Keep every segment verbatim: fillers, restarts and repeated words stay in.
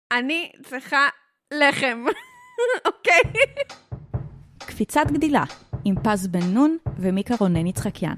אני צריכה לחם, אוקיי? קפיצת גדילה, עם פז בן נון ומיקה רונן יצחקיאן.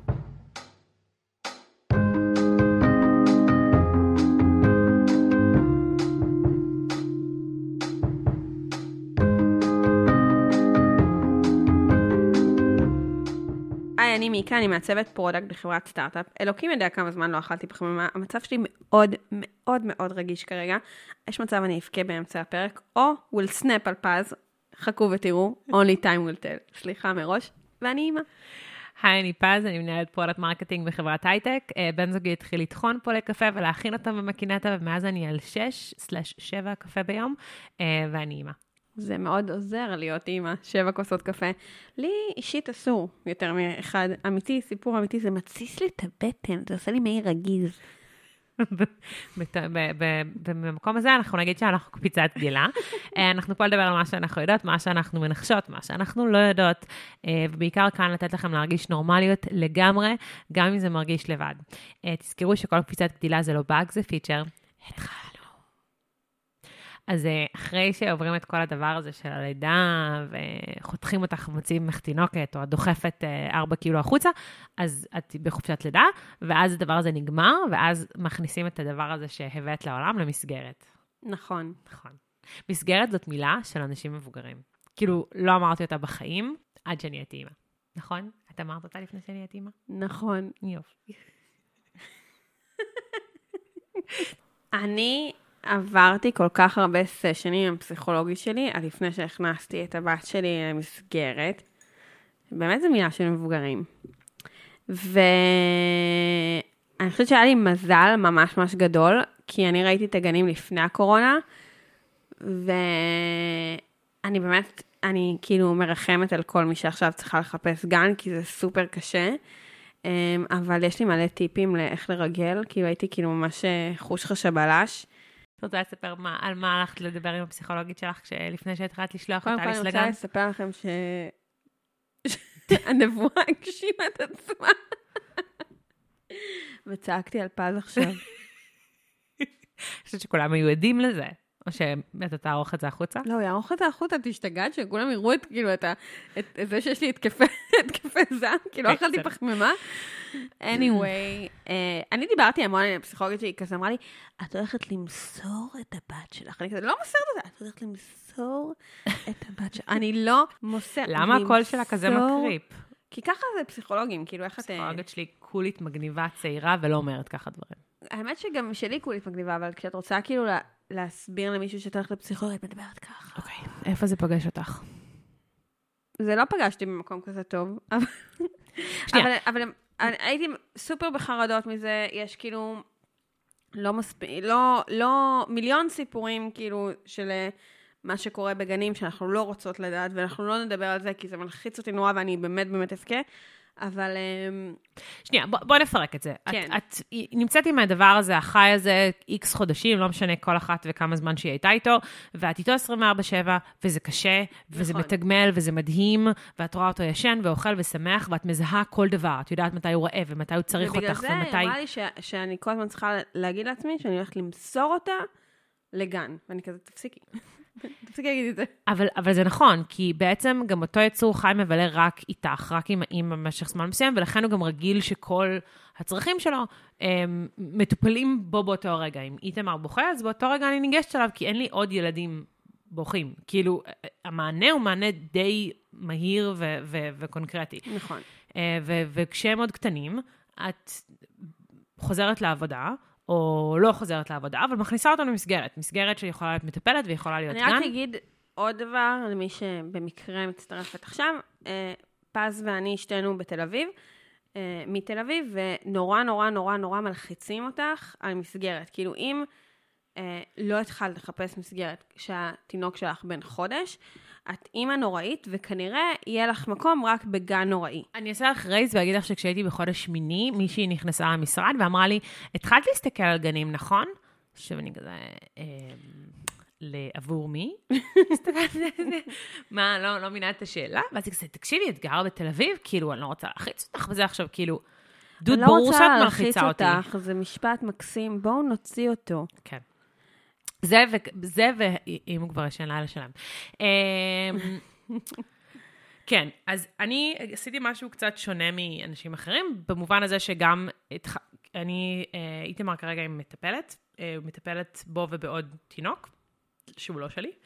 היי, אני מיקה, אני מעצבת פרודקט בחברת סטארט-אפ. אלוקים יודע כמה זמן לא אכלתי פחמימה. המצב שלי מאוד מאוד מאוד רגיש כרגע. יש מצב אני אבכה באמצע הפרק, או will snap על פז, חכו ותראו, only time will tell. סליחה מראש, ואני אימא. היי, אני פז, אני מנהלת פרודקט מרקטינג בחברת הייטק. בן זוגי התחיל לטחון פה לקפה ולהכין אותם במקינטה, ומאז אני על שש סלש שבע קפה ביום, ואני אימא. זה מאוד עוזר להיות אימא, שבע כוסות קפה. לי אישית אסור יותר מאחד. אמיתי, סיפור אמיתי, זה מציס לי את הבטן, זה עושה לי מהיר רגיז. במקום הזה אנחנו נגיד שאנחנו קפיצת גדילה. אנחנו פה לדבר על מה שאנחנו יודעות, מה שאנחנו מנחשות, מה שאנחנו לא יודעות, ובעיקר כאן לתת לכם להרגיש נורמליות לגמרי, גם אם זה מרגיש לבד. תזכרו שכל קפיצת גדילה זה לא באג, זה פיצ'ר. התחלנו. אז אחרי שעוברים את כל הדבר הזה של הלידה, וחותכים אותך ומוציאים מחתינוקת, או דוחפת ארבע קילו החוצה, אז את בחופשת לידה, ואז הדבר הזה נגמר, ואז מכניסים את הדבר הזה שהבאת לעולם למסגרת. נכון. נכון. מסגרת זאת מילה של אנשים מבוגרים. כאילו, לא אמרתי אותה בחיים, עד שאני הייתי אימא. נכון? את אמרת אותה לפני שאני הייתי אימא? נכון. יופי. אני עברתי כל כך הרבה סשנים עם הפסיכולוגית שלי, על לפני שהכנסתי את הבת שלי למסגרת. באמת זו מילה של מבוגרים. ואני חושבת שהיה לי מזל ממש ממש גדול, כי אני ראיתי את הגנים לפני הקורונה, ואני באמת, אני כאילו מרחמת על כל מי שעכשיו צריכה לחפש גן, כי זה סופר קשה. אבל יש לי מלא טיפים לאיך לרגל, כאילו הייתי כאילו ממש חוש חשבלש. את רוצה לספר מה, על מה הלכת לדבר עם הפסיכולוגית שלך, לפני שהתחלת לשלוח אותה לסלגן? קודם כל אני רוצה לספר לכם שהנבואה הגשימה את עצמה. וצעקתי על פז עכשיו. אני חושבת שכולם היו עדים לזה, או שאתה תערוך את זה החוצה? לא, יערוך את זה החוצה, תשתגעת, שכולם יראו את, כאילו, את זה שיש לי התקפי זעם, כאילו, אכלתי פחמימה. anyway, אני דיברתי המון עם הפסיכולוגית שלי, כזה אמרה לי, את הולכת למסור את הבת שלך. אני כזה, לא מוסרת את זה, את הולכת למסור את הבת שלך. אני לא מוסרת. למה הקול שלה כזה מקריפ? כי ככה זה פסיכולוגים, כאילו, איך את... הפסיכולוגית שלי קולית מגניבה צעירה, ולא אומרת ככה דברים. האמת שגם שלי קולית מגניבה, אבל כשאת רוצה כאילו להסביר למישהו שאתה הולכת לפסיכולוגית, מדברת ככה. אוקיי, איפה זה פגש אותך? זה לא פגשתי במקום כזה טוב, אבל, אבל הייתי סופר בחרדות מזה, יש כאילו לא מספיק, לא, לא, מיליון סיפורים כאילו של מה שקורה בגנים שאנחנו לא רוצות לדעת, ואנחנו לא נדבר על זה, כי זה מלחיץ אותי נורא, ואני באמת באמת אבכה, אבל... שנייה, בוא, בוא נפרק את זה. כן. את, את נמצאת עם הדבר הזה, החי הזה, איקס חודשים, לא משנה כל אחת וכמה זמן שהיא הייתה איתו, ואת איתו עשרים וארבע שבע, וזה קשה, וזה נכון. מתגמל, וזה מדהים, ואת רואה אותו ישן, ואוכל ושמח, ואת מזהה כל דבר. את יודעת מתי הוא רעב, ומתי הוא צריך אותך, ומתי... ובגלל זה אמרה לי ש... שאני כל הזמן צריכה להגיד לעצמי, שאני הולכת למסור אותה לגן, ואני כזה, תפסיקי. תפסיקי להגיד את זה. אבל, אבל זה נכון, כי בעצם גם אותו יצור חי מבלה רק איתך, רק עם האמא במשך זמן מסוים, ולכן הוא גם רגיל שכל הצרכים שלו הם, מטופלים בו באותו רגע. אם איתמר בוכה, אז באותו רגע אני ניגשת עליו, כי אין לי עוד ילדים בוכים. כאילו, המענה הוא מענה די מהיר ו- ו- וקונקרטי. נכון. ו- וכשהם עוד קטנים, את חוזרת לעבודה, או לא חוזרת לעבודה, אבל מכניסה אותנו למסגרת. מסגרת שיכולה להיות מטפלת ויכולה להיות גן. אני רק אגיד עוד דבר, למי שבמקרה מצטרפת עכשיו, פז ואני שתינו בתל אביב, מתל אביב, ונורא נורא נורא נורא מלחיצים אותך על מסגרת. כאילו אם לא התחלת לחפש מסגרת כשהתינוק שלך בן חודש, את אימא נוראית, וכנראה יהיה לך מקום רק בגן נוראי. אני אעשה לך רייז ואגיד לך שכשהייתי בחודש שמיני, מישהי נכנסה למשרד ואמרה לי, התחלת להסתכל על גנים, נכון? עכשיו אני כזה, לעבור מי? מה, לא, לא מינה את השאלה? ואז היא כזה, תקשיבי, את גרה בתל אביב, כאילו, אני לא רוצה להלחיץ אותך, וזה עכשיו כאילו, דוד ברור שאת מלחיצה אותי. אני לא רוצה להלחיץ אותך, זה משפט מקסים, בואו נוציא אותו. כן. זה, ו... זה ואם הוא כבר ישן לילה שלהם. כן, אז אני עשיתי משהו קצת שונה מאנשים אחרים, במובן הזה שגם אני איתמר כרגע עם מטפלת, מטפלת בו ובעוד תינוק, שהוא לא שלי,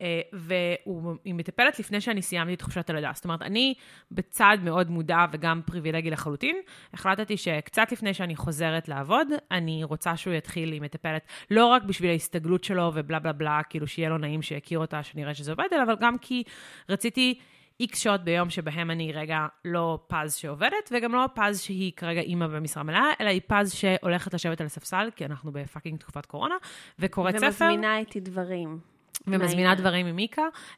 והיא מטפלת לפני שאני סיימתי את חופשת הלידה. זאת אומרת, אני בצד מאוד מודע וגם פריבילגי לחלוטין, החלטתי שקצת לפני שאני חוזרת לעבוד, אני רוצה שהוא יתחיל עם מטפלת, לא רק בשביל ההסתגלות שלו ובלה בלה בלה, כאילו שיהיה לו נעים שיכיר אותה, שנראה שזה עובד, אבל גם כי רציתי איקס שעות ביום שבהם אני רגע לא פז שעובדת, וגם לא פז שהיא כרגע אימא במשרה מלאה, אלא היא פז שהולכת לשבת על הספסל, כי אנחנו בפאקינג תקופת קורונה, וקוראת ספר. ומזמינה איתי דברים. ומזמינה דברים ממיקה,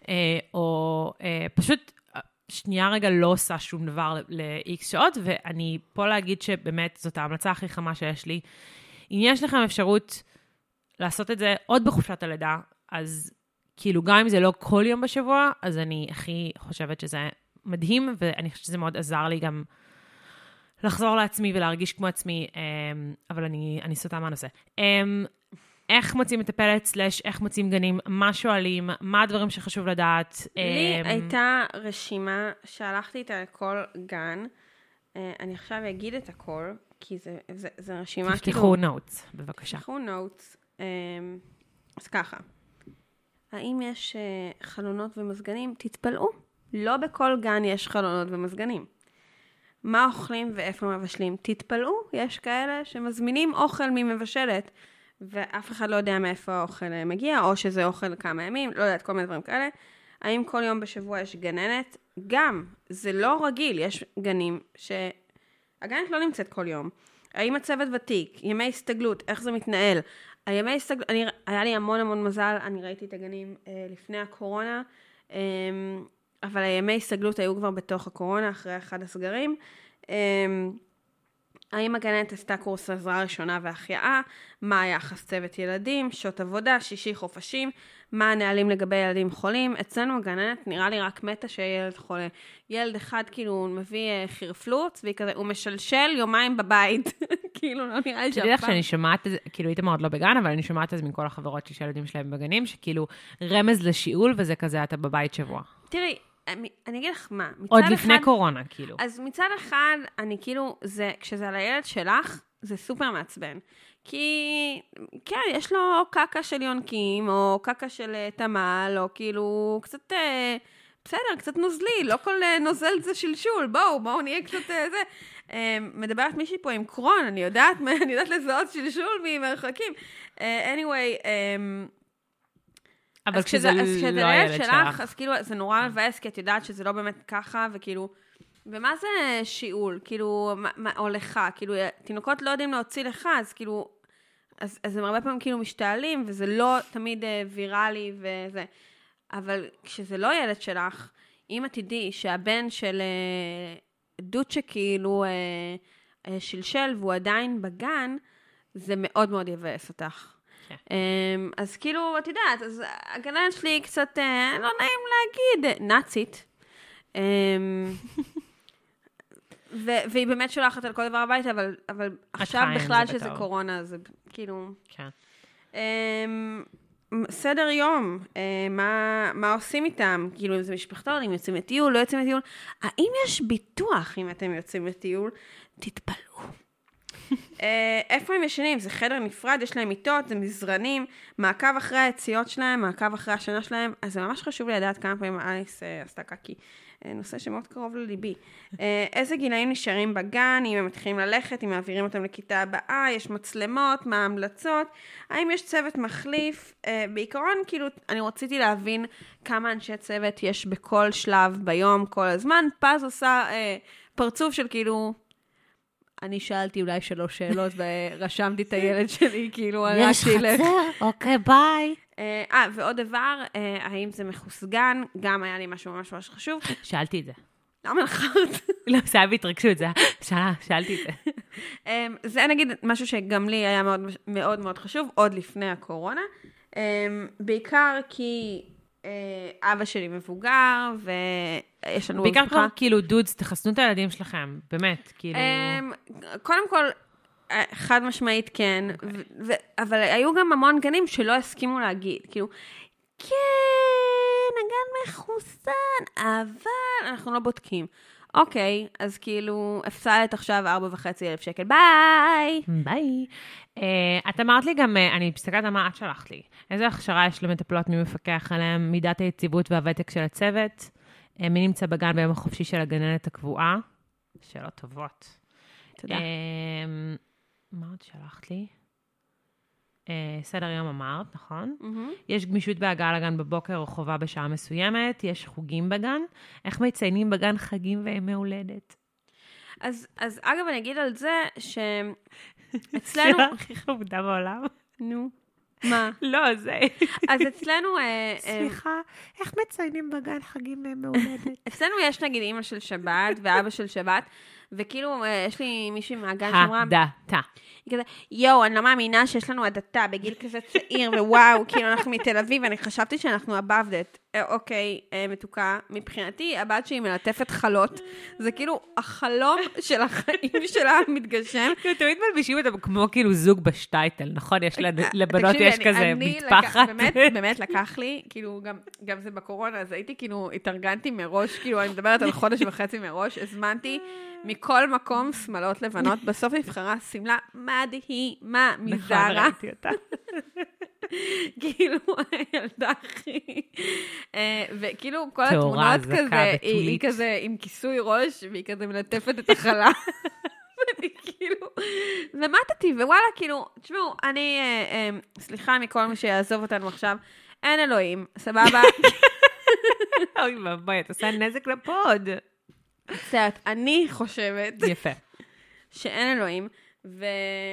או פשוט שנייה רגע לא עושה שום דבר ל-X שעות, ואני פה להגיד שבאמת זאת ההמלצה הכי חמה שיש לי. אם יש לכם אפשרות לעשות את זה עוד בחופשת הלידה, אז כאילו גם אם זה לא כל יום בשבוע, אז אני הכי חושבת שזה מדהים, ואני חושבת שזה מאוד עזר לי גם לחזור לעצמי ולהרגיש כמו עצמי, אבל אני, אני סוטה מהנושא. איך מוצאים מטפלת, סלש, איך מוצאים גנים, מה שואלים, מה הדברים שחשוב לדעת. לי הייתה רשימה שהלכתי איתה לכל גן, אני עכשיו אגיד את הכל, כי זה, זה, זה רשימה כאילו... תפתחו נוטס, בבקשה. תפתחו נוטס. אז ככה, האם יש חלונות ומזגנים? תתפלאו, לא בכל גן יש חלונות ומזגנים. מה אוכלים ואיפה מבשלים? תתפלאו, יש כאלה שמזמינים אוכל ממבשלת, ואף אחד לא יודע מאיפה האוכל מגיע, או שזה אוכל כמה ימים, לא יודעת, כל מיני דברים כאלה. האם כל יום בשבוע יש גננת? גם, זה לא רגיל, יש גנים שהגננת לא נמצאת כל יום. האם הצוות ותיק, ימי הסתגלות, איך זה מתנהל? הימי הסתגלות, אני, היה לי המון המון מזל, אני ראיתי את הגנים אה, לפני הקורונה, אה, אבל הימי הסתגלות היו כבר בתוך הקורונה, אחרי אחד הסגרים. אה, האם הגננת עשתה קורס עזרה ראשונה והחייאה, מה היחס צוות ילדים, שעות עבודה, שישי חופשים, מה הנהלים לגבי ילדים חולים. אצלנו הגננת נראה לי רק מתה שילד חולה. ילד אחד כאילו מביא חרפלוץ, והיא כזה, הוא משלשל יומיים בבית. כאילו לא נראה לי שאף פעם. תדעי לך שאני שומעת, כאילו הייתם מאוד לא בגן, אבל אני שומעת אז מכל החברות שיש ילדים שלהם בגנים, שכאילו רמז לשיעול וזה כזה, אתה בבית שבוע. תראי, אני, אני אגיד לך מה. עוד אחד, לפני קורונה, כאילו. אז מצד אחד, אני כאילו, זה, כשזה על הילד שלך, זה סופר מעצבן. כי, כן, יש לו קקה של יונקים, או קקה של תמל, או כאילו, קצת, אה, בסדר, קצת נוזלי, לא כל אה, נוזל זה שלשול, בואו, בואו נהיה קצת אה, זה. אה, מדברת מישהי פה עם קרון, אני יודעת, אני יודעת לזהות שלשול ממרחקים. אה, anyway, אה, אבל כשזה לא הילד שלך. אז כאילו, זה נורא מבאס, כי את יודעת שזה לא באמת ככה, וכאילו, ומה זה שיעול? כאילו, או לך? כאילו, תינוקות לא יודעים להוציא לך, אז כאילו, אז, אז הם הרבה פעמים כאילו משתעלים, וזה לא תמיד ויראלי וזה. אבל כשזה לא ילד שלך, אם את תדעי שהבן של דוצ'ה כאילו שלשל, והוא עדיין בגן, זה מאוד מאוד יבאס אותך. אז כאילו, את יודעת, אז הגננת שלי קצת, לא נעים להגיד, נאצית. והיא באמת שולחת על כל דבר הביתה, אבל עכשיו בכלל שזה קורונה, זה כאילו... סדר יום, מה עושים איתם? כאילו, אם זה משפחתון, אם יוצאים לטיול, לא יוצאים לטיול. האם יש ביטוח אם אתם יוצאים לטיול? תתפלאו. איפה הם ישנים? זה חדר נפרד, יש להם מיטות, זה מזרנים, מעקב אחרי היציאות שלהם, מעקב אחרי השנה שלהם, אז זה ממש חשוב לי לדעת כמה פעמים אליס עשתה קקי, נושא שמאוד קרוב לליבי. איזה גילאים נשארים בגן, אם הם מתחילים ללכת, אם מעבירים אותם לכיתה הבאה, יש מצלמות, מה ההמלצות, האם יש צוות מחליף, בעיקרון כאילו אני רציתי להבין כמה אנשי צוות יש בכל שלב ביום, כל הזמן, פז עושה פרצוף של כאילו, אני שאלתי אולי שלוש שאלות, ורשמתי את הילד שלי, כאילו, יש חצר? אוקיי, ביי. אה, ועוד דבר, האם זה מחוסגן? גם היה לי משהו ממש ממש חשוב. שאלתי את זה. למה לחרת? לא, זה היה בהתרגשות, זה היה, שאלתי את זה. זה נגיד משהו שגם לי היה מאוד מאוד מאוד חשוב, עוד לפני הקורונה. בעיקר כי אבא שלי מבוגר, ויש לנו... בעיקר כבר, כאילו, דודס, תחסנו את הילדים שלכם, באמת, כאילו... קודם כל, חד משמעית כן, ו- ו- אבל היו גם המון גנים שלא הסכימו להגיד, כאילו, כן, הגן מחוסן, אבל אנחנו לא בודקים. אוקיי, אז כאילו, הפסדת עכשיו ארבע וחצי אלף שקל, ביי! ביי. Uh, את אמרת לי גם, uh, אני מסתכלת על מה את שלחת לי. איזה הכשרה יש למטפלות, מי מפקח עליהם, מידת היציבות והוותק של הצוות, uh, מי נמצא בגן ביום החופשי של הגננת הקבועה? שאלות טובות. תודה. Uh, מה עוד שלחת לי? Uh, סדר יום אמרת, נכון? Mm-hmm. יש גמישות בהגעה לגן בבוקר או חובה בשעה מסוימת, יש חוגים בגן. איך מציינים בגן חגים וימי הולדת? אז, אז אגב, אני אגיד על זה שאצלנו... שאלה הכי חמודה בעולם. נו, מה? לא, זה... אז אצלנו... אה, סליחה, איך מציינים בגן חגים וימי הולדת? אצלנו יש נגיד אמא של שבת ואבא של שבת, וכאילו אה, יש לי מישהי מהגן שאמרה... הדתה. היא כזה, יואו, אני לא מאמינה שיש לנו הדתה בגיל כזה צעיר, ווואו, כאילו אנחנו מתל אביב, אני חשבתי שאנחנו above that. אה, אוקיי, אה, מתוקה, מבחינתי, הבת שהיא מלטפת חלות, זה כאילו החלום של החיים שלה מתגשם. כאילו, תמיד מלבישים אותם כמו כאילו זוג בשטייטל, נכון? יש לבנות, יש כזה מטפחת. באמת, באמת לקח לי, כאילו, גם זה בקורונה, אז הייתי כאילו, התארגנתי מראש, כאילו, אני מדברת על חודש וחצי מראש, הזמנתי מכל מקום שמלות לבנות, בסוף נבחרה סמלה מדהימה מזרה. נכון, ראיתי אותה. כאילו, הילדה הכי... וכאילו, כל התמונות כזה, היא כזה עם כיסוי ראש, והיא כזה מלטפת את החלה. ואני כאילו, ומטתי, ווואלה, כאילו, תשמעו, אני, סליחה מכל מי שיעזוב אותנו עכשיו, אין אלוהים, סבבה? אוי, בואי, את עושה נזק לפוד. קצת, אני חושבת... יפה. שאין אלוהים, ו...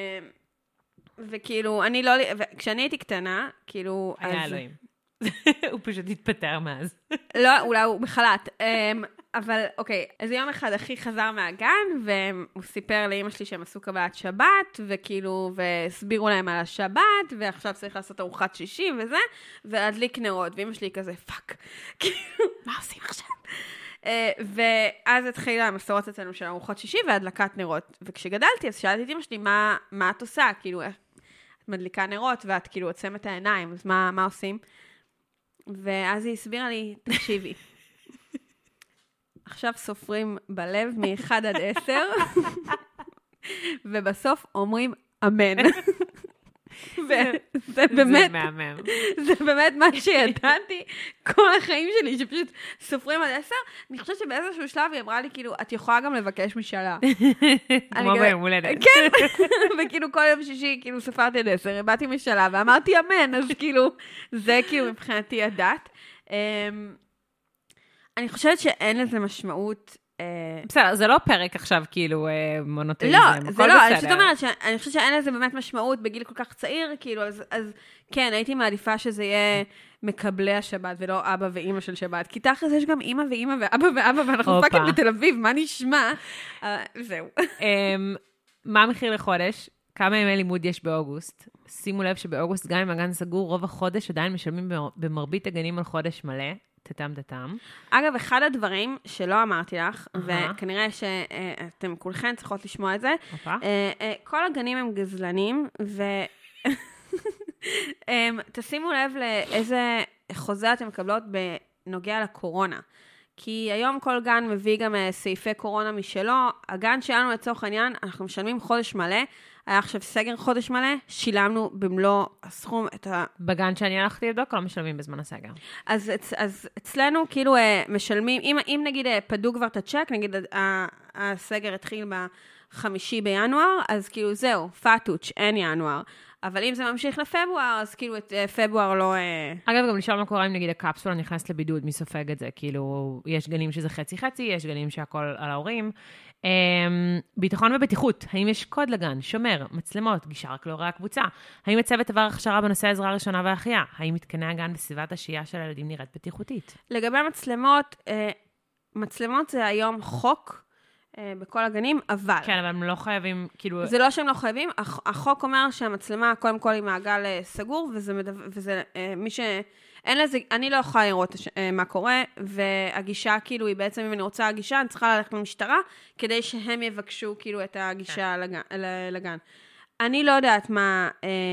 וכאילו, אני לא... וכשאני הייתי קטנה, כאילו... היה אלוהים. הוא פשוט התפטר מאז. לא, אולי הוא בחלט. אבל, אוקיי, אז יום אחד אחי חזר מהגן, והוא סיפר לאמא שלי שהם עשו קבלת שבת, וכאילו, והסבירו להם על השבת, ועכשיו צריך לעשות ארוחת שישי וזה, ולהדליק נרות, ואמא שלי כזה, פאק. כאילו, מה עושים עכשיו? ואז התחילה המסורת אצלנו של ארוחות שישי והדלקת נרות. וכשגדלתי, אז שאלתי את אמא שלי, מה, מה את עושה? כאילו, את מדליקה נרות, ואת כאילו עוצמת את העיניים, אז מה, מה עושים? ואז היא הסבירה לי, תקשיבי, עכשיו סופרים בלב מ-אחד עד עשר, ובסוף אומרים אמן. וזה באמת, זה באמת מה שידעתי כל החיים שלי, שפשוט סופרים עד עשר. אני חושבת שבאיזשהו שלב היא אמרה לי, כאילו, את יכולה גם לבקש משאלה. כמו ביום הולדת. כן, וכאילו כל יום שישי, כאילו, ספרתי עד עשר, הבאתי משאלה, ואמרתי אמן, אז כאילו, זה כאילו מבחינתי הדת. אני חושבת שאין לזה משמעות... בסדר, זה לא פרק עכשיו כאילו מונותאיזם, לא, זה לא, אני פשוט אומרת שאני חושבת שאין לזה באמת משמעות בגיל כל כך צעיר, כאילו, אז, אז כן, הייתי מעדיפה שזה יהיה מקבלי השבת, ולא אבא ואימא של שבת, כי תכל'ס יש גם אימא ואימא ואבא ואבא, ואנחנו פאקינג בתל אביב, מה נשמע? זהו. מה המחיר לחודש? כמה ימי לימוד יש באוגוסט? שימו לב שבאוגוסט, גם אם הגן סגור, רוב החודש עדיין משלמים במרבית הגנים על חודש מלא, תתם תתם. אגב, אחד הדברים שלא אמרתי לך, וכנראה שאתם כולכם צריכות לשמוע את זה, כל הגנים הם גזלנים, ותשימו לב לאיזה חוזה אתם מקבלות בנוגע לקורונה. כי היום כל גן מביא גם סעיפי קורונה משלו. הגן שלנו לצורך העניין, אנחנו משלמים חודש מלא, היה עכשיו סגר חודש מלא, שילמנו במלוא הסכום את ה... בגן שאני הלכתי לבדוק, לא משלמים בזמן הסגר. אז, אז אצלנו כאילו משלמים, אם, אם נגיד פדו כבר את הצ'ק, נגיד הסגר התחיל בחמישי בינואר, אז כאילו זהו, פאטוץ', אין ינואר. אבל אם זה ממשיך לפברואר, אז כאילו את פברואר לא... אגב, גם לשאול מה קורה אם נגיד הקפסולה נכנס לבידוד, מי סופג את זה? כאילו, יש גנים שזה חצי-חצי, יש גנים שהכל על ההורים. ביטחון ובטיחות, האם יש קוד לגן, שומר, מצלמות, גישה רק להורי הקבוצה? האם הצוות עבר הכשרה בנושא העזרה הראשונה והחייאה? האם מתקני הגן בסביבת השהייה של הילדים נראית בטיחותית? לגבי מצלמות, מצלמות זה היום חוק, בכל הגנים, אבל... כן, אבל הם לא חייבים, כאילו... זה לא שהם לא חייבים, החוק אומר שהמצלמה קודם כל היא מעגל סגור, וזה, וזה מי ש... אין לזה, אני לא יכולה לראות מה קורה, והגישה כאילו היא בעצם, אם אני רוצה הגישה, אני צריכה ללכת למשטרה, כדי שהם יבקשו כאילו את הגישה לגן. לגן. אני לא יודעת מה,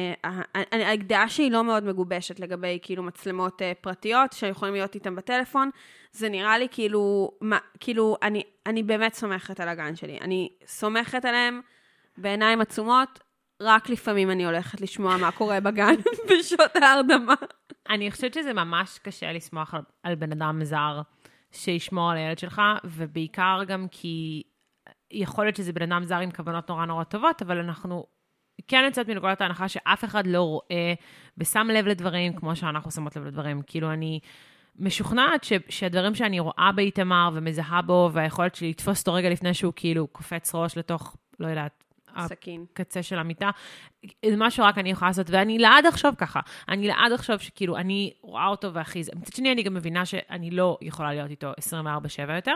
הדעה שהיא לא מאוד מגובשת לגבי כאילו מצלמות פרטיות, שיכולים להיות איתם בטלפון, זה נראה לי כאילו, מה, כאילו, אני, אני באמת סומכת על הגן שלי. אני סומכת עליהם בעיניים עצומות, רק לפעמים אני הולכת לשמוע מה קורה בגן בשעות ההרדמה. אני חושבת שזה ממש קשה לסמוך על, על בן אדם זר שישמור על הילד שלך, ובעיקר גם כי יכול להיות שזה בן אדם זר עם כוונות נורא נורא טובות, אבל אנחנו כן יוצאת מנקודת ההנחה שאף אחד לא רואה ושם לב לדברים כמו שאנחנו שמות לב לדברים. כאילו אני משוכנעת ש, שהדברים שאני רואה באיתמר ומזהה בו, והיכולת שלי לתפוס אותו רגע לפני שהוא כאילו קופץ ראש לתוך, לא יודעת, סכין. הקצה של המיטה, זה משהו רק אני יכולה לעשות, ואני לעד עכשיו ככה, אני לעד עכשיו שכאילו אני רואה אותו ואחיז, מצד שני אני גם מבינה שאני לא יכולה להיות איתו עשרים וארבע שבע יותר,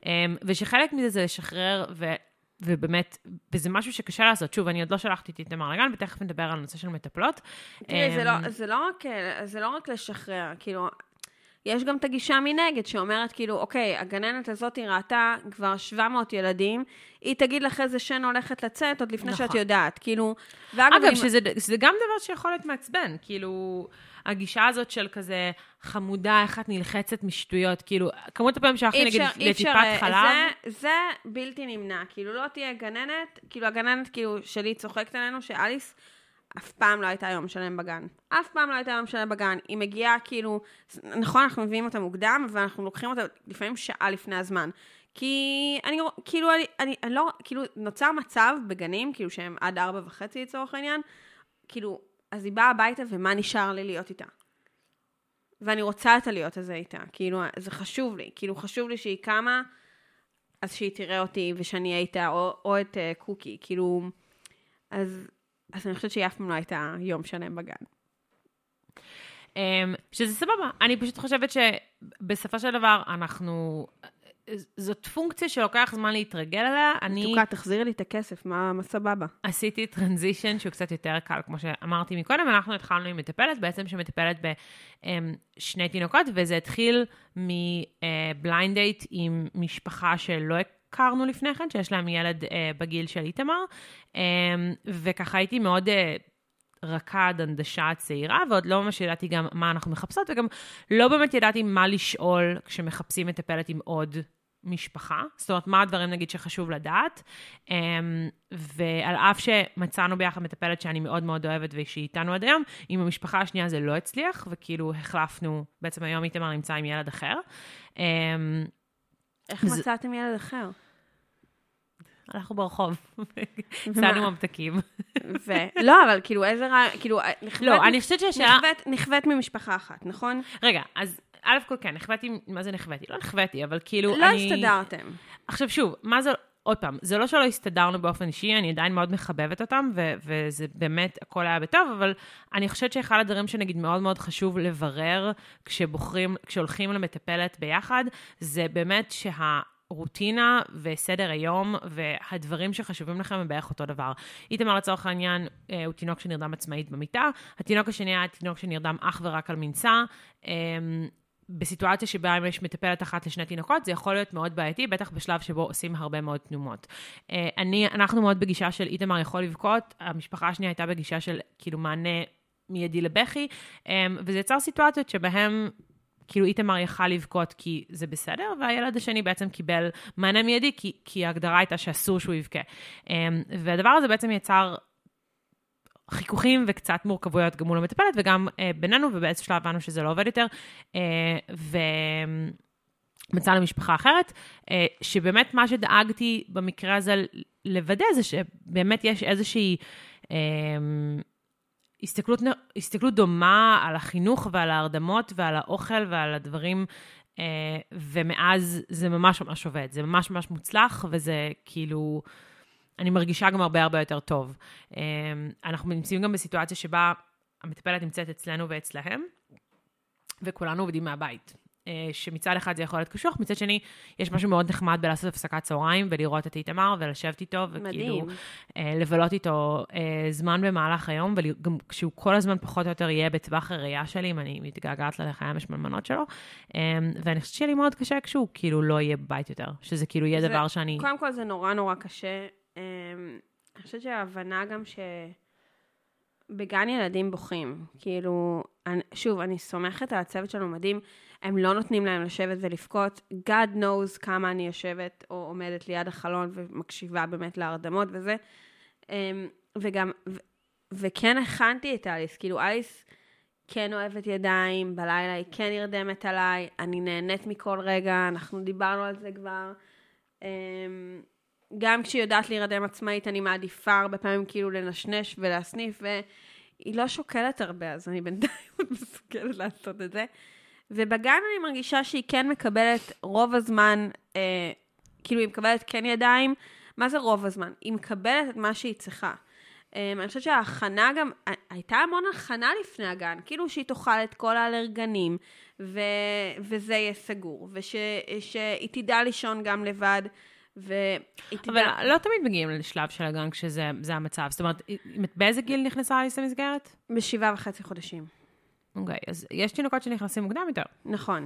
ושחלק מזה זה לשחרר, ו... ובאמת, וזה משהו שקשה לעשות. שוב, אני עוד לא שלחתי את תמר לגן, ותכף נדבר על הנושא של מטפלות. תראי, זה לא, זה לא רק, זה לא רק לשחרר, כאילו, יש גם את הגישה מנגד, שאומרת, כאילו, אוקיי, הגננת הזאת היא ראתה כבר שבע מאות ילדים, היא תגיד לך איזה שן הולכת לצאת, עוד לפני נכון. שאת יודעת, כאילו, ואגב, אגב, שזה, שזה גם דבר שיכול להיות מעצבן, כאילו, הגישה הזאת של כזה חמודה, איך את נלחצת משטויות, כאילו, כמות הפעמים שהכי נגיד לטיפת חלב. זה, זה בלתי נמנע, כאילו, לא תהיה גננת, כאילו, הגננת, כאילו, שלי צוחקת עלינו, שאליס אף פעם לא הייתה יום שלם בגן. אף פעם לא הייתה יום שלם בגן. היא מגיעה, כאילו, נכון, אנחנו מביאים אותה מוקדם, ואנחנו לוקחים אותה לפעמים שעה לפני הזמן. כי אני, כאילו, אני, אני, אני לא, כאילו, נוצר מצב בגנים, כאילו, שהם עד ארבע וחצי לצורך העניין, כאילו, אז היא באה הביתה, ומה נשאר לי להיות איתה? ואני רוצה את הלהיות הזה איתה. כאילו, זה חשוב לי. כאילו, חשוב לי שהיא קמה, אז שהיא תראה אותי, ושאני אהיה איתה, או, או את uh, קוקי. כאילו, אז... אז אני חושבת שהיא אף פעם לא הייתה יום שלם בגן. שזה סבבה. אני פשוט חושבת שבסופו של דבר אנחנו... זאת פונקציה שלוקח זמן להתרגל עליה. מתוקה, תחזירי לי את הכסף, מה, מה סבבה? עשיתי טרנזישן שהוא קצת יותר קל, כמו שאמרתי מקודם, אנחנו התחלנו עם מטפלת, בעצם שמטפלת בשני תינוקות, וזה התחיל מבליינד דייט עם משפחה שלא הכרנו לפני כן, שיש להם ילד אה, בגיל של איתמר, אה, וככה הייתי מאוד אה, רכה, דנדשה צעירה, ועוד לא ממש ידעתי גם מה אנחנו מחפשות, וגם לא באמת ידעתי מה לשאול כשמחפשים מטפלת עם עוד משפחה, זאת אומרת, מה הדברים נגיד שחשוב לדעת, אה, ועל אף שמצאנו ביחד מטפלת שאני מאוד מאוד אוהבת, ושהיא איתנו עד היום, עם המשפחה השנייה זה לא הצליח, וכאילו החלפנו, בעצם היום איתמר נמצא עם ילד אחר, אה, איך מצאתם ילד אחר? אנחנו ברחוב, צאנו ממתקים. לא, אבל כאילו איזה רע, כאילו, לא, אני חושבת שהשאלה... נכוות ממשפחה אחת, נכון? רגע, אז א' כל כן, נכוותי, מה זה נכוותי? לא נכוותי, אבל כאילו לא הסתדרתם. עכשיו שוב, מה זה, עוד פעם, זה לא שלא הסתדרנו באופן אישי, אני עדיין מאוד מחבבת אותם, וזה באמת, הכל היה בטוב, אבל אני חושבת שאחד הדברים שנגיד מאוד מאוד חשוב לברר, כשבוחרים, כשהולכים למטפלת ביחד, זה באמת שה... רוטינה וסדר היום, והדברים שחשובים לכם הם בערך אותו דבר. איתמר לצורך העניין, הוא תינוק שנרדם עצמאית במיטה, התינוק השני היה תינוק שנרדם אך ורק על מנסה, בסיטואציה שבה אם יש מטפלת אחת לשני תינוקות, זה יכול להיות מאוד בעייתי, בטח בשלב שבו עושים הרבה מאוד תנומות. אני, אנחנו מאוד בגישה של איתמר יכול לבכות, המשפחה השנייה הייתה בגישה של כאילו מענה מיידי לבכי, וזה יצר סיטואציות שבהם כאילו איתמר יכל לבכות כי זה בסדר, והילד השני בעצם קיבל מענה מיידי, כי, כי ההגדרה הייתה שאסור שהוא יבכה. והדבר הזה בעצם יצר חיכוכים וקצת מורכבויות גם מול המטפלת, וגם בינינו, ובאיזשהו שלב הבנו שזה לא עובד יותר, ומצאנו משפחה אחרת, שבאמת מה שדאגתי במקרה הזה לוודא, זה שבאמת יש איזושהי... הסתכלות, הסתכלות דומה על החינוך ועל ההרדמות ועל האוכל ועל הדברים, ומאז זה ממש ממש עובד, זה ממש ממש מוצלח, וזה כאילו, אני מרגישה גם הרבה הרבה יותר טוב. אנחנו נמצאים גם בסיטואציה שבה המטפלת נמצאת אצלנו ואצלהם, וכולנו עובדים מהבית. שמצד אחד זה יכול להיות קשוח, מצד שני, יש משהו מאוד נחמד בלעשות הפסקת צהריים, ולראות את איתמר, ולשבת איתו, וכאילו, לבלות איתו זמן במהלך היום, וגם כשהוא כל הזמן פחות או יותר יהיה בטווח הראייה שלי, אם אני מתגעגעת ללחיים המשמלמנות שלו, ואני חושבת שיהיה לי מאוד קשה כשהוא כאילו לא יהיה בבית יותר, שזה כאילו יהיה דבר שאני... קודם כל זה נורא נורא קשה. אני חושבת שההבנה גם ש... בגן ילדים בוכים, כאילו, אני, שוב, אני סומכת על הצוות שלנו מדהים, הם לא נותנים להם לשבת ולפקות, God knows כמה אני יושבת או עומדת ליד החלון ומקשיבה באמת להרדמות וזה, וגם, ו, וכן הכנתי את אליס, כאילו אליס כן אוהבת ידיים, בלילה היא כן נרדמת עליי, אני נהנית מכל רגע, אנחנו דיברנו על זה כבר, גם כשהיא יודעת להירדם עצמאית, אני מעדיפה הרבה פעמים כאילו לנשנש ולהסניף, והיא לא שוקלת הרבה, אז אני בינתיים מסוגלת לעשות את זה. ובגן אני מרגישה שהיא כן מקבלת רוב הזמן, אה, כאילו היא מקבלת כן ידיים, מה זה רוב הזמן? היא מקבלת את מה שהיא צריכה. אה, אני חושבת שההכנה גם, הייתה המון הכנה לפני הגן, כאילו שהיא תאכל את כל האלרגנים, ו, וזה יהיה סגור, ושהיא תדע לישון גם לבד, אבל לא תמיד מגיעים לשלב של הגן כשזה המצב. זאת אומרת, באיזה גיל נכנסה אליס למסגרת? בשבעה וחצי חודשים. אוקיי, אז יש תינוקות שנכנסים מוקדם יותר. נכון.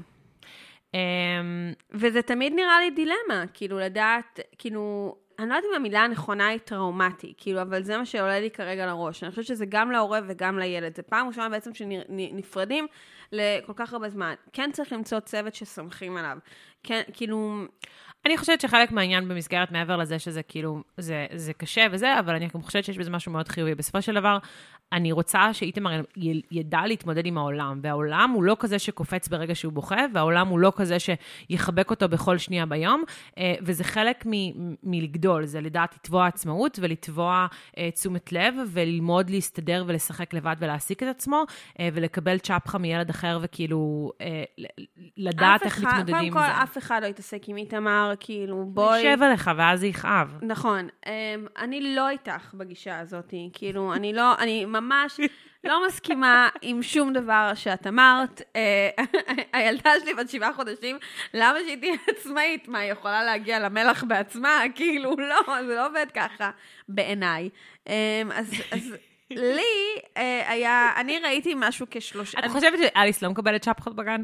וזה תמיד נראה לי דילמה, כאילו לדעת, כאילו, אני לא יודעת אם המילה הנכונה היא טראומטי, כאילו, אבל זה מה שעולה לי כרגע לראש. אני חושבת שזה גם להורה וגם לילד. זה פעם ראשונה בעצם שנפרדים לכל כך הרבה זמן. כן צריך למצוא צוות שסומכים עליו. כן, כאילו... אני חושבת שחלק מהעניין במסגרת מעבר לזה שזה כאילו, זה, זה קשה וזה, אבל אני גם חושבת שיש בזה משהו מאוד חיובי. בסופו של דבר, אני רוצה שאיתמר ידע להתמודד עם העולם, והעולם הוא לא כזה שקופץ ברגע שהוא בוכה, והעולם הוא לא כזה שיחבק אותו בכל שנייה ביום, וזה חלק מ- מלגדול, זה לדעת לתבוע עצמאות, ולתבוע תשומת לב, וללמוד להסתדר ולשחק לבד ולהעסיק את עצמו, ולקבל צ'פחה מילד אחר, וכאילו לדעת איך מתמודדים עם זה. קודם כל, אף אחד לא יתעסק עם איתמר, כאילו בואי... נשב עליך, ואז זה יכאב. נכון. אני לא איתך בגישה הזאת, כאילו, אני לא, אני ממש לא מסכימה עם שום דבר שאת אמרת. הילדה שלי בת שבעה חודשים, למה שהיא תהיה עצמאית? מה, היא יכולה להגיע למלח בעצמה? כאילו, לא, זה לא עובד ככה, בעיניי. אז... אז לי היה, אני ראיתי משהו כשלוש... את חושבת שאליס לא מקבלת שפחות בגן?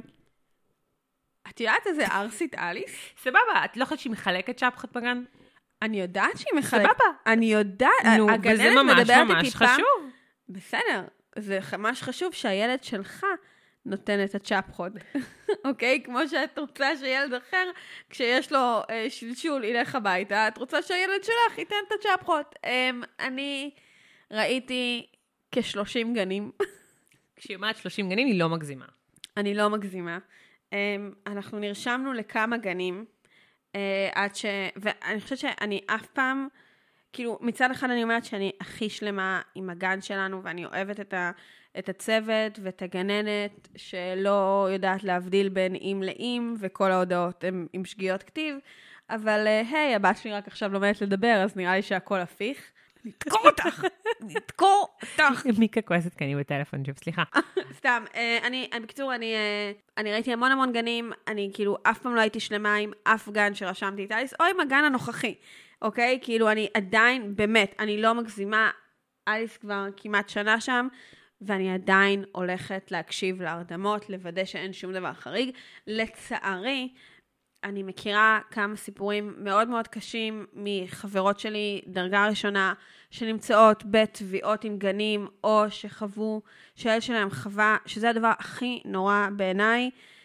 את יודעת איזה ארסית אליס? סבבה, את לא חושבת שהיא מחלקת שפחות בגן? אני יודעת שהיא מחלקת. סבבה. אני יודעת, נו, וזה ממש ממש חשוב. בסדר, זה ממש חשוב שהילד שלך נותן את הצ'פחות. אוקיי? כמו שאת רוצה שילד אחר, כשיש לו שלשול, ילך הביתה, את רוצה שהילד שלך ייתן את הצ'פחות. אני ראיתי כ-שלושים גנים. כשהיא אומרת שלושים גנים, היא לא מגזימה. אני לא מגזימה. אנחנו נרשמנו לכמה גנים, עד ש... ואני חושבת שאני אף פעם, כאילו, מצד אחד אני אומרת שאני הכי שלמה עם הגן שלנו, ואני אוהבת את, ה... את הצוות ואת הגננת, שלא יודעת להבדיל בין אם לאם, וכל ההודעות הן עם שגיאות כתיב, אבל היי, הבת שלי רק עכשיו לומדת לדבר, אז נראה לי שהכל הפיך. נתקור אותך! נתקור אותך! מיקה כועסת כי אני בטלפון שוב, סליחה. סתם, אני, בקיצור, אני, אני ראיתי המון המון גנים, אני כאילו אף פעם לא הייתי שלמה עם אף גן שרשמתי את אליס, או עם הגן הנוכחי, אוקיי? כאילו אני עדיין, באמת, אני לא מגזימה, אליס כבר כמעט שנה שם, ואני עדיין הולכת להקשיב להרדמות, לוודא שאין שום דבר חריג. לצערי, אני מכירה כמה סיפורים מאוד מאוד קשים מחברות שלי, דרגה ראשונה, שנמצאות בתביעות עם גנים, או שחוו, שהילד שלהם חווה, שזה הדבר הכי נורא בעיניי.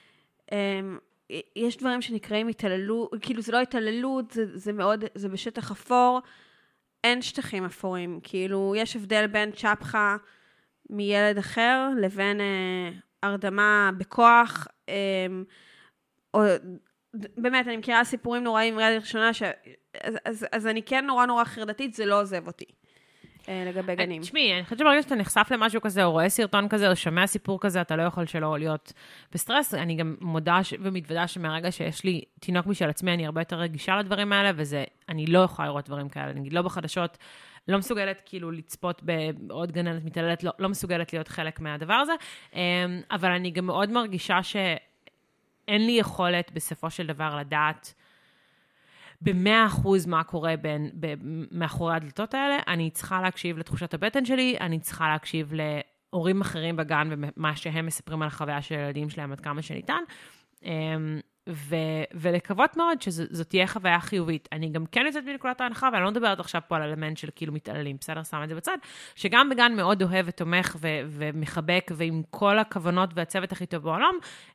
יש דברים שנקראים התעללות, כאילו זה לא התעללות, זה, זה מאוד, זה בשטח אפור, אין שטחים אפורים, כאילו יש הבדל בין צ'פחה מילד אחר, לבין אה, הרדמה בכוח, אה, או... באמת, אני מכירה סיפורים נוראים עם ילד ראשונה, ש... אז, אז, אז אני כן נורא נורא חרדתית, זה לא עוזב אותי, לגבי גנים. תשמעי, אני חושבת שברגע שאתה נחשף למשהו כזה, או רואה סרטון כזה, או שומע סיפור כזה, אתה לא יכול שלא להיות בסטרס. אני גם מודה ומתוודה שמהרגע שיש לי תינוק משל עצמי, אני הרבה יותר רגישה לדברים האלה, וזה, אני לא יכולה לראות דברים כאלה. נגיד, לא בחדשות, לא מסוגלת כאילו לצפות בעוד גננת מתעללת, לא, לא מסוגלת להיות חלק מהדבר הזה. אבל אני גם מאוד מרגישה ש... אין לי יכולת בסופו של דבר לדעת במאה אחוז מה קורה בין, ב, מאחורי הדלתות האלה. אני צריכה להקשיב לתחושת הבטן שלי, אני צריכה להקשיב להורים אחרים בגן, ומה שהם מספרים על החוויה של הילדים שלהם עד כמה שניתן, ו, ולקוות מאוד שזאת תהיה חוויה חיובית. אני גם כן יוצאת מנקודת ההנחה, ואני לא מדברת עכשיו פה על אלמנט של כאילו מתעללים, בסדר, שם את זה בצד, שגם בגן מאוד אוהב ותומך ו, ומחבק, ועם כל הכוונות והצוות הכי טוב בעולם,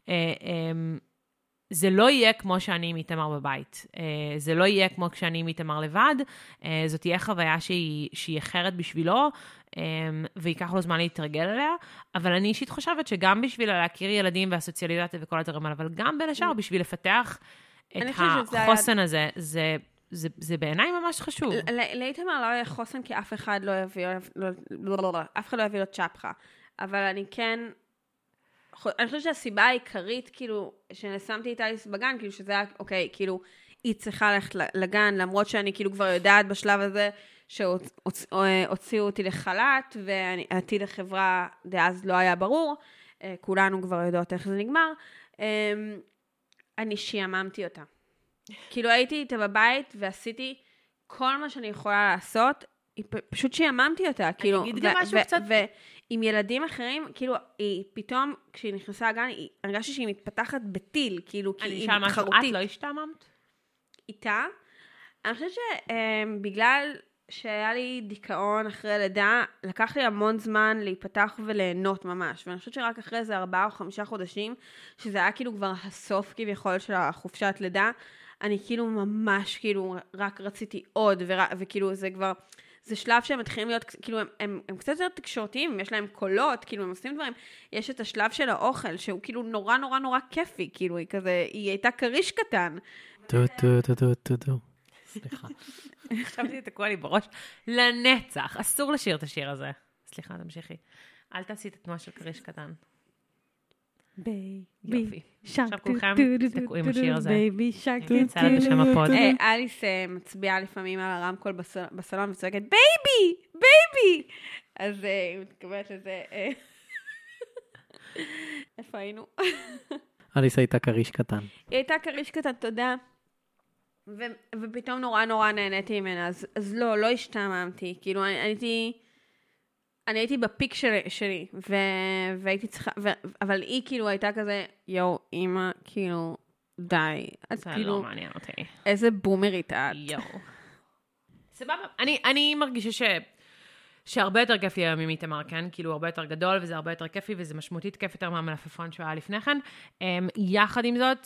זה לא יהיה כמו שאני עם איתמר בבית. זה לא יהיה כמו כשאני עם איתמר לבד. זאת תהיה חוויה שהיא, שהיא אחרת בשבילו, ויקח לו זמן להתרגל אליה. אבל אני אישית חושבת שגם בשביל להכיר ילדים והסוציאליזציה וכל הדברים האלה, אבל גם בין השאר בשביל לפתח את החוסן הזה, זה, זה, זה בעיניי ממש חשוב. לאיתמר לא יהיה חוסן כי אף אחד לא יביא, אף אחד לא יביא לו צ'פחה. אבל אני כן... אני חושבת שהסיבה העיקרית, כאילו, ששמתי את אליס בגן, כאילו שזה היה, אוקיי, כאילו, היא צריכה ללכת לגן, למרות שאני כאילו כבר יודעת בשלב הזה, שהוציאו אותי לחל"ת, ועתיד החברה דאז לא היה ברור, כולנו כבר יודעות איך זה נגמר, אני שיאממתי אותה. כאילו הייתי איתה בבית, ועשיתי כל מה שאני יכולה לעשות, פשוט שיאממתי אותה, כאילו, אני אגיד גם משהו קצת... עם ילדים אחרים, כאילו, היא פתאום, כשהיא נכנסה לגן, היא הרגשתי שהיא מתפתחת בטיל, כאילו, כי היא תחרותית. את לא השתעממת? איתה. אני חושבת שבגלל שהיה לי דיכאון אחרי לידה, לקח לי המון זמן להיפתח וליהנות ממש, ואני חושבת שרק אחרי זה ארבעה או חמישה חודשים, שזה היה כאילו כבר הסוף כביכול של החופשת לידה, אני כאילו ממש, כאילו, רק רציתי עוד, וכאילו זה כבר... זה שלב שהם מתחילים להיות, כאילו, הם, הם, הם קצת יותר תקשורתיים, יש להם קולות, כאילו, הם עושים דברים. יש את השלב של האוכל, שהוא כאילו נורא נורא נורא כיפי, כאילו, היא כזה, היא הייתה קריש קטן. טו, טו, טו, טו, טו, טו. סליחה. חשבתי את הכל לי בראש. לנצח. אסור לשיר את השיר הזה. סליחה, תמשיכי. אל תעשי את התנועה של קריש קטן. בייבי, עכשיו כולכם תתקעו עם השיר הזה. בייבי, שק, אני יצאה לה בשם הפוד. אליס מצביעה לפעמים על הרמקול בסלון וצועקת, בייבי, בייבי! אז היא מתכוונת לזה. איפה היינו? אליס הייתה קריש קטן. היא הייתה קריש קטן, תודה. ופתאום נורא נורא נהניתי ממנה, אז לא, לא השתעממתי. כאילו, אני הייתי... אני הייתי בפיק שלי, שלי ו... והייתי צריכה, ו... אבל היא כאילו הייתה כזה, יו, אמא, כאילו, די. זה כאילו, לא מעניין אותי. איזה בומרית את. יו. סבבה. אני, אני מרגישה ש... שהרבה יותר כיפי היום עם איתמר, כן? כאילו, הרבה יותר גדול, וזה הרבה יותר כיפי, וזה משמעותית כיף יותר מהמלפפון שהוא היה לפני כן. יחד עם זאת,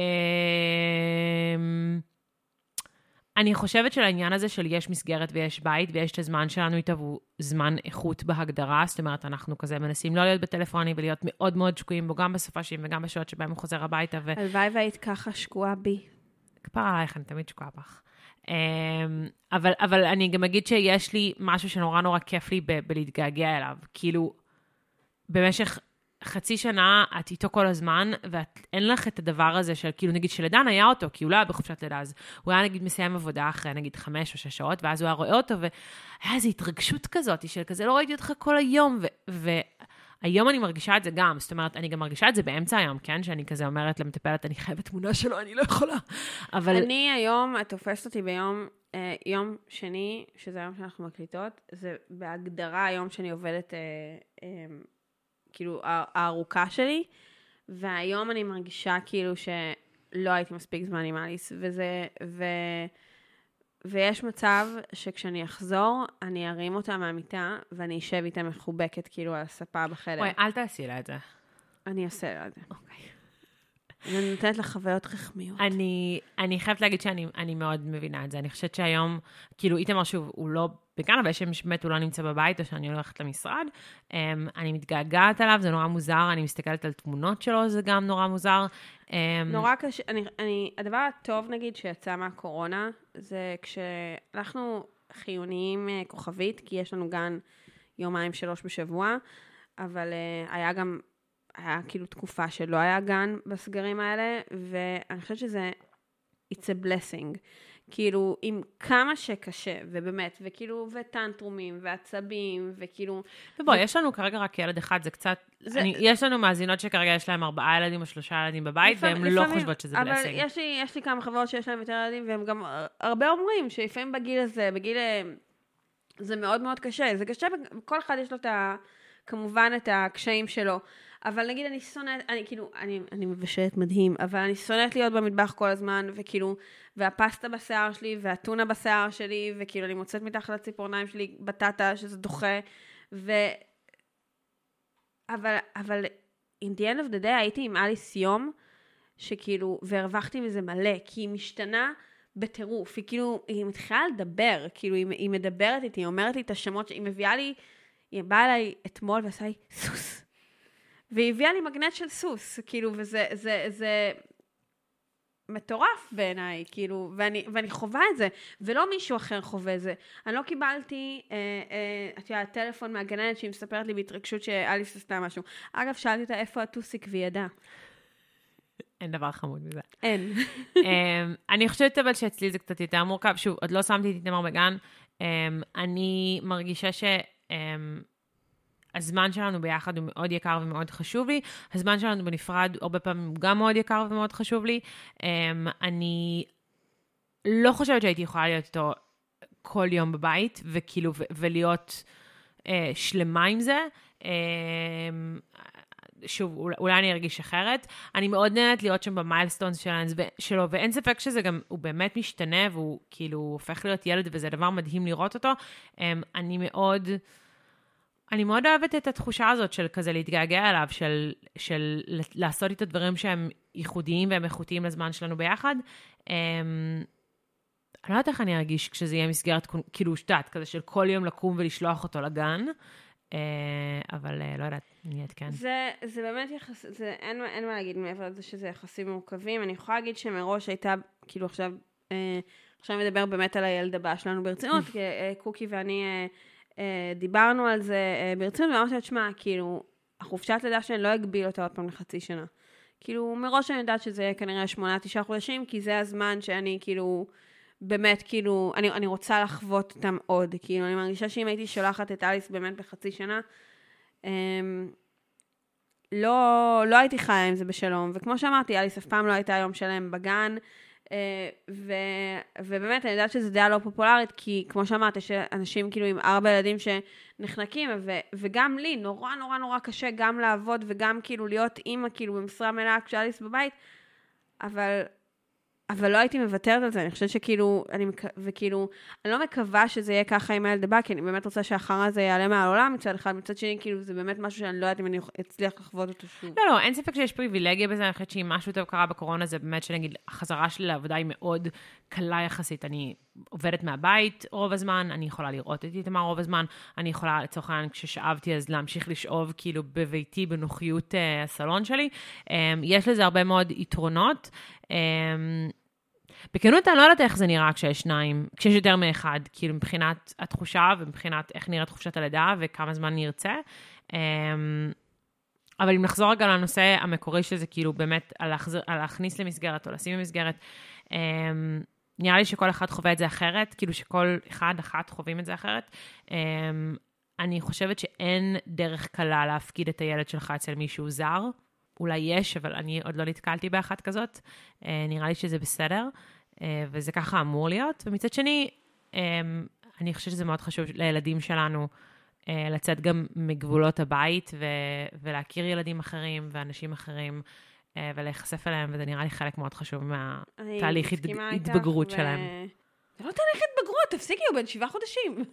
אני חושבת שלעניין הזה של יש מסגרת ויש בית, ויש את הזמן שלנו איתו, והוא זמן איכות בהגדרה, זאת אומרת, אנחנו כזה מנסים לא להיות בטלפונים, ולהיות מאוד מאוד שקועים בו, גם בסופשים וגם בשעות שבהם הוא חוזר הביתה. ו... הלוואי והיית ככה שקועה בי. כפר עלייך, אני תמיד שקועה בך. אבל, אבל אני גם אגיד שיש לי משהו שנורא נורא כיף לי ב- בלהתגעגע אליו. כאילו, במשך חצי שנה את איתו כל הזמן, ואין לך את הדבר הזה של, כאילו נגיד שלדן היה אותו, כי הוא לא היה בחופשת לידה, אז הוא היה נגיד מסיים עבודה אחרי נגיד חמש או שש שעות, ואז הוא היה רואה אותו, והיה איזו התרגשות כזאת, של כזה לא ראיתי אותך כל היום, ו... והיום אני מרגישה את זה גם, זאת אומרת, אני גם מרגישה את זה באמצע היום, כן? שאני כזה אומרת למטפלת, אני חייבת תמונה שלו, אני לא יכולה. אבל... אני היום, את תופסת אותי ביום, אה, יום שני, שזה היום שאנחנו מקליטות, זה בהגדרה היום שאני עובדת, אה, אה, כאילו, הארוכה שלי, והיום אני מרגישה כאילו שלא הייתי מספיק זמן עם אליס, וזה, ו... ויש מצב שכשאני אחזור, אני ארים אותה מהמיטה, ואני אשב איתה מחובקת כאילו על הספה בחדר. וואי, אל תעשי לה את זה. אני אעשה לה את זה. אוקיי. אני נותנת לה חוויות רחמיות. אני, אני חייבת להגיד שאני אני מאוד מבינה את זה. אני חושבת שהיום, כאילו, איתמר שוב, הוא לא בגן, אבל שבאמת הוא לא נמצא בבית, או שאני הולכת למשרד. אני מתגעגעת עליו, זה נורא מוזר, אני מסתכלת על תמונות שלו, זה גם נורא מוזר. נורא קשה, אני, אני, הדבר הטוב, נגיד, שיצא מהקורונה, זה כשאנחנו חיוניים כוכבית, כי יש לנו גן יומיים שלוש בשבוע, אבל היה גם, היה כאילו תקופה שלא היה גן בסגרים האלה, ואני חושבת שזה, it's a blessing. כאילו, עם כמה שקשה, ובאמת, וכאילו, וטנטרומים, ועצבים, וכאילו... ובוא, יש לנו כרגע רק ילד אחד, זה קצת... זה- אני, יש לנו מאזינות שכרגע יש להם ארבעה ילדים או שלושה ילדים בבית, לפעמים- והן לא לפעמים- חושבות שזה בלי אבל הישג. יש לי, יש לי כמה חברות שיש להם יותר ילדים, והם גם הרבה אומרים שלפעמים בגיל הזה, בגיל... זה מאוד מאוד קשה. זה קשה, וכל אחד יש לו את ה... כמובן את הקשיים שלו. אבל נגיד אני שונאת, אני כאילו, אני, אני מבשלת מדהים, אבל אני שונאת להיות במטבח כל הזמן, וכאילו, והפסטה בשיער שלי, והטונה בשיער שלי, וכאילו אני מוצאת מתחת לציפורניים שלי בטטה, שזה דוחה, ו... אבל, אבל, in the end of the day, הייתי עם אליס יום, שכאילו, והרווחתי מזה מלא, כי היא משתנה בטירוף, היא כאילו, היא מתחילה לדבר, כאילו, היא, היא מדברת איתי, היא אומרת לי את השמות, היא מביאה לי, היא באה אליי אתמול ועשה לי סוס. והיא הביאה לי מגנט של סוס, כאילו, וזה, זה, זה מטורף בעיניי, כאילו, ואני, ואני חווה את זה, ולא מישהו אחר חווה את זה. אני לא קיבלתי, אה, אה, את יודעת, טלפון מהגננת שהיא מספרת לי בהתרגשות שאליס עשתה משהו. אגב, שאלתי אותה איפה הטוסיק והיא ידעה. אין דבר חמוד מזה. אין. um, אני חושבת אבל שאצלי זה קצת יותר מורכב. שוב, עוד לא שמתי את איתמר בגן. Um, אני מרגישה ש... Um, הזמן שלנו ביחד הוא מאוד יקר ומאוד חשוב לי. הזמן שלנו בנפרד הרבה פעמים הוא גם מאוד יקר ומאוד חשוב לי. Um, אני לא חושבת שהייתי יכולה להיות איתו כל יום בבית, וכאילו, ו- ולהיות uh, שלמה עם זה. Um, שוב, אולי אני ארגיש אחרת. אני מאוד נהנית להיות שם במיילסטונס שלו, ואין ספק שזה גם, הוא באמת משתנה, והוא כאילו הופך להיות ילד, וזה דבר מדהים לראות אותו. אני מאוד, אני מאוד אוהבת את התחושה הזאת של כזה להתגעגע אליו, של, של לעשות את הדברים שהם ייחודיים והם איכותיים לזמן שלנו ביחד. אני לא יודעת איך אני ארגיש כשזה יהיה מסגרת, כאילו שתת, כזה של כל יום לקום ולשלוח אותו לגן. אבל לא יודעת, אני אתכן. זה, זה באמת יחס, זה, אין, אין מה להגיד מעבר לזה שזה יחסים מורכבים. אני יכולה להגיד שמראש הייתה, כאילו עכשיו, אה, עכשיו מדבר באמת על הילד הבא שלנו ברצינות, כי אה, קוקי ואני אה, אה, דיברנו על זה אה, ברצינות, ואמרתי את שמה, כאילו, החופשת לידה שאני לא אגביל אותה עוד פעם לחצי שנה. כאילו, מראש אני יודעת שזה יהיה כנראה שמונה, תשעה חודשים, כי זה הזמן שאני כאילו... באמת, כאילו, אני, אני רוצה לחוות אותם עוד, כאילו, אני מרגישה שאם הייתי שולחת את אליס באמת בחצי שנה, אמ, לא, לא הייתי חיה עם זה בשלום, וכמו שאמרתי, אליס אף פעם לא הייתה יום שלם בגן, אה, ו, ובאמת, אני יודעת שזה דעה לא פופולרית, כי כמו שאמרת, יש אנשים כאילו עם ארבע ילדים שנחנקים, ו, וגם לי, נורא נורא נורא קשה גם לעבוד, וגם כאילו להיות אימא, כאילו, במשרה מלאה כשאליס בבית, אבל... אבל לא הייתי מוותרת על זה, אני חושבת שכאילו, אני, וכאילו, אני לא מקווה שזה יהיה ככה עם הילד הבא, כי אני באמת רוצה שהאחר הזה יעלה מהעולם מצד אחד, מצד שני, כאילו, זה באמת משהו שאני לא יודעת אם אני אצליח לחוות אותו שוב. לא, לא, אין ספק שיש פריבילגיה בזה, אני חושבת שאם משהו טוב קרה בקורונה, זה באמת שנגיד, החזרה שלי לעבודה היא מאוד קלה יחסית, אני עובדת מהבית רוב הזמן, אני יכולה לראות את איתמר רוב הזמן, אני יכולה, לצורך העניין, כששאבתי, אז להמשיך לשאוב, כאילו, בביתי, בנוחיות uh, הסלון שלי. Um, יש לזה הרבה מאוד יתרונות. Um, בכנות, אני לא יודעת איך זה נראה כשיש שניים, כשיש יותר מאחד, כאילו מבחינת התחושה ומבחינת איך נראית חופשת הלידה וכמה זמן נרצה. אבל אם נחזור רגע לנושא המקורי שזה כאילו באמת על, להחזיר, על להכניס למסגרת או לשים למסגרת, נראה לי שכל אחד חווה את זה אחרת, כאילו שכל אחד, אחת חווים את זה אחרת. אני חושבת שאין דרך קלה להפקיד את הילד שלך אצל מישהו זר, אולי יש, אבל אני עוד לא נתקלתי באחת כזאת. נראה לי שזה בסדר, וזה ככה אמור להיות. ומצד שני, אני חושבת שזה מאוד חשוב לילדים שלנו לצאת גם מגבולות הבית, ולהכיר ילדים אחרים ואנשים אחרים, ולהיחשף אליהם, וזה נראה לי חלק מאוד חשוב מהתהליך התבגרות שלהם. זה לא תהליך התבגרות, תפסיקי, הוא בן שבעה חודשים.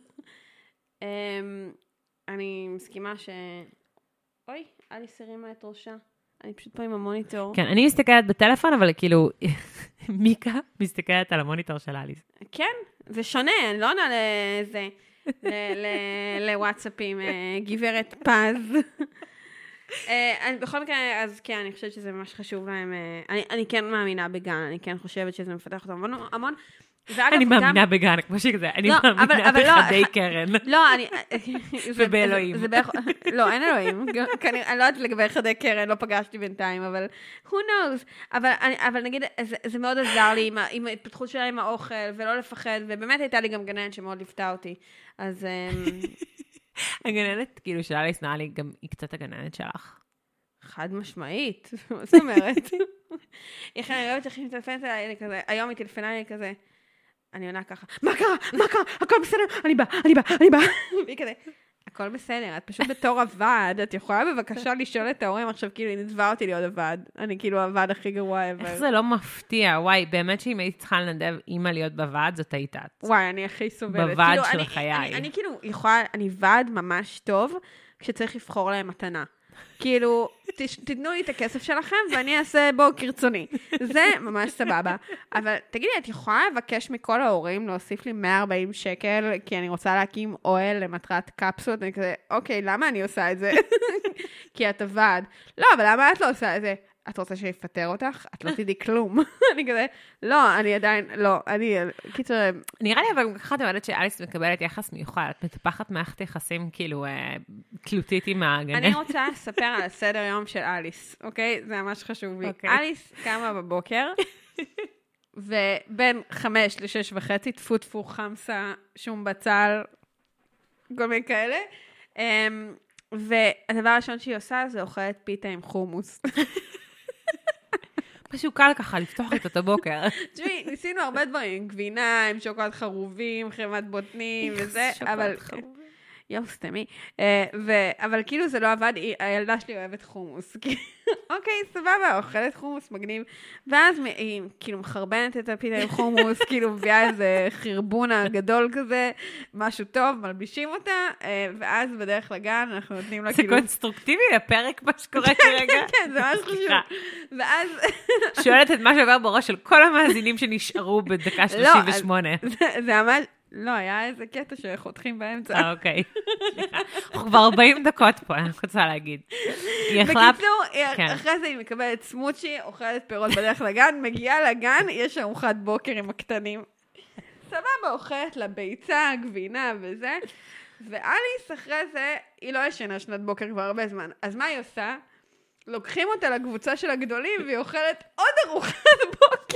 אני מסכימה ש... אוי, אליס הרימה את ראשה. אני פשוט פה עם המוניטור. כן, אני מסתכלת בטלפון, אבל כאילו, מיקה מסתכלת על המוניטור של אליס. כן, זה שונה, אני לא עונה לזה, לוואטסאפים, גברת פז. אה, אני- בכל מקרה, אז כן, אני חושבת שזה ממש חשוב להם. אה, אני- אני כן מאמינה בגן, אני כן חושבת שזה מפתח אותם המון- המון. ואגב, אני גם- מאמינה בגן, כמו שכזה, אני לא, אבל- מאמינה אבל לא, בחדי אחד- קרן. לא, אני... זה- ובאלוהים. זה בערך... לא, אין אלוהים. גם- כנראה- אני לא יודעת לגבי חדי קרן, לא פגשתי בינתיים, אבל who knows. אבל אני- אבל נגיד, זה- זה מאוד עזר לי עם ה- עם ההתפתחות שלה עם האוכל, ולא לפחד, ובאמת הייתה לי גם גננת שמאוד ליפתה אותי. אז... אמ, הגננת, כאילו, של אליס נראה לי, גם היא קצת הגננת שלך. חד משמעית, מה זאת אומרת? איך אני אוהבת איך היא מטלפנת אליי, אני כזה, היום היא טלפנה לי כזה, אני עונה ככה, מה קרה? מה קרה? הכל בסדר? אני באה, אני באה, אני באה. והיא כזה, הכל בסדר, את פשוט בתור הוועד, את יכולה בבקשה לשאול את ההורים, עכשיו כאילו היא נדבה אותי להיות הוועד, אני כאילו הוועד הכי גרוע איך ever. זה לא מפתיע, וואי, באמת שאם הייתי צריכה לנדב אימא להיות בוועד, זאת היית את. וואי, אני הכי סובלת. בוועד כאילו, של אני- חיי. אני- אני כאילו יכולה, אני ועד ממש טוב, כשצריך לבחור להם מתנה. כאילו, תש- תתנו לי את הכסף שלכם, ואני אעשה בו כרצוני. זה ממש סבבה. אבל תגידי, את יכולה לבקש מכל ההורים להוסיף לי מאה וארבעים שקל, כי אני רוצה להקים אוהל למטרת קפסולות, אני כזה, אוקיי, למה אני עושה את זה? כי את הוועד. לא, אבל למה את לא עושה את זה? את רוצה שאני אפטר אותך? את לא תדעי כלום. אני כזה, לא, אני עדיין, לא, אני, קיצור, נראה לי, אבל גם ככה את אומרת שאליס מקבלת יחס מיוחד, את מטפחת מערכת יחסים, כאילו, אה, תלותית עם הגננת. אני רוצה לספר על הסדר יום של אליס, אוקיי? זה ממש חשוב לי. אוקיי. אליס קמה בבוקר, ובין חמש לשש וחצי, טפו טפו חמסה, שום בצל, כל מיני כאלה. אמ, והדבר הראשון שהיא עושה זה אוכלת פיתה עם חומוס. משהו קל ככה, לפתוח את אותו בוקר. תשמעי, ניסינו הרבה דברים, גבינה עם שוקולד חרובים, חמת בוטנים וזה, אבל... יואו, סתמי. אה, ו- אבל כאילו זה לא עבד, היא- הילדה שלי אוהבת חומוס. אוקיי, סבבה, אוכלת חומוס, מגניב. ואז מ- היא כאילו מחרבנת את הפיתה עם חומוס, כאילו מביאה איזה חרבונה גדול כזה, משהו טוב, מלבישים אותה, אה, ואז בדרך לגן אנחנו נותנים לה זה כאילו... קונסטרוקטיבי לפרק מה שקורה כרגע. כן, זה ממש חשוב. ואז... שואלת את מה שעבר בראש של כל המאזינים שנשארו בדקה שלושים ושמונה. זה- זה ממש... לא, היה איזה קטע שחותכים באמצע. אה, אוקיי. סליחה. אנחנו כבר ארבעים דקות פה, אני רוצה להגיד. היא יכלה... בקיצור, כן. אחרי זה היא מקבלת סמוצ'י, אוכלת פירות בדרך לגן, מגיעה לגן, יש ארוחת בוקר עם הקטנים. סבבה, אוכלת לה ביצה, גבינה וזה, ואליס אחרי זה, היא לא ישנה שנת בוקר כבר הרבה זמן. אז מה היא עושה? לוקחים אותה לקבוצה של הגדולים, והיא אוכלת עוד ארוחת בוקר.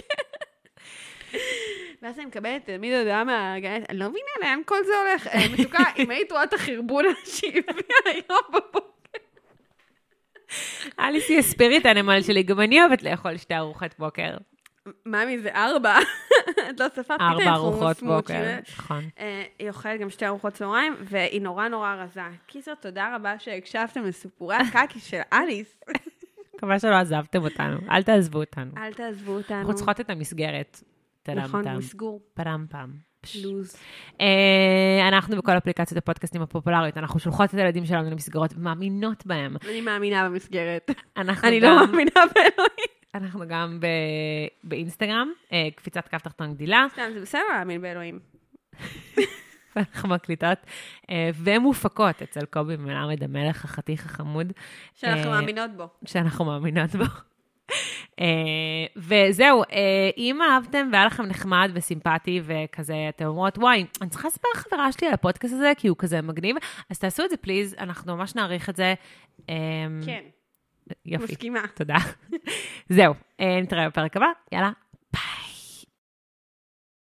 ואז אני מקבלת תמיד הודעה מהגננת, אני לא מבינה לאן כל זה הולך. אה, מתוקה, אם היית רואה את החרבונה שהיא הביאה היום בבוקר. אליס היא הספיריט האנימל שלי, גם אני אוהבת לאכול שתי ארוחת בוקר. ממי, זה ארבע. את לא ספרת? ארבע ארוחות בוקר, נכון. היא אוכלת גם שתי ארוחות צהריים, והיא נורא נורא רזה. קיצר, תודה רבה שהקשבתם לסיפורי הקקי של אליס. מקווה שלא עזבתם אותנו, אל תעזבו אותנו. אל תעזבו אותנו. אנחנו צריכות את המסגרת. נכון, מסגור. פרם פעם. לוז. אה, אנחנו בכל אפליקציות הפודקאסטים הפופולריות, אנחנו שולחות את הילדים שלנו למסגרות ומאמינות בהם. אני מאמינה במסגרת. אנחנו אני גם- לא מאמינה באלוהים. אנחנו גם ב- באינסטגרם, אה, קפיצת קו תחתון גדילה, סתם, זה בסדר להאמין באלוהים. ואנחנו מקליטות, אה, ומופקות אצל קובי מלמד המלך החתיך החמוד, שאנחנו אה, מאמינות בו. שאנחנו מאמינות בו. אה, וזהו, אה, אם אהבתם והיה לכם נחמד וסימפטי וכזה, אתם אומרות, וואי, אני צריכה לספר לחברה שלי על הפודקאסט הזה, כי הוא כזה מגניב, אז תעשו את זה פליז, אנחנו ממש נעריך את זה. אה, כן, יופי, מסכימה. תודה. זהו, אה, נתראה בפרק הבא, יאללה,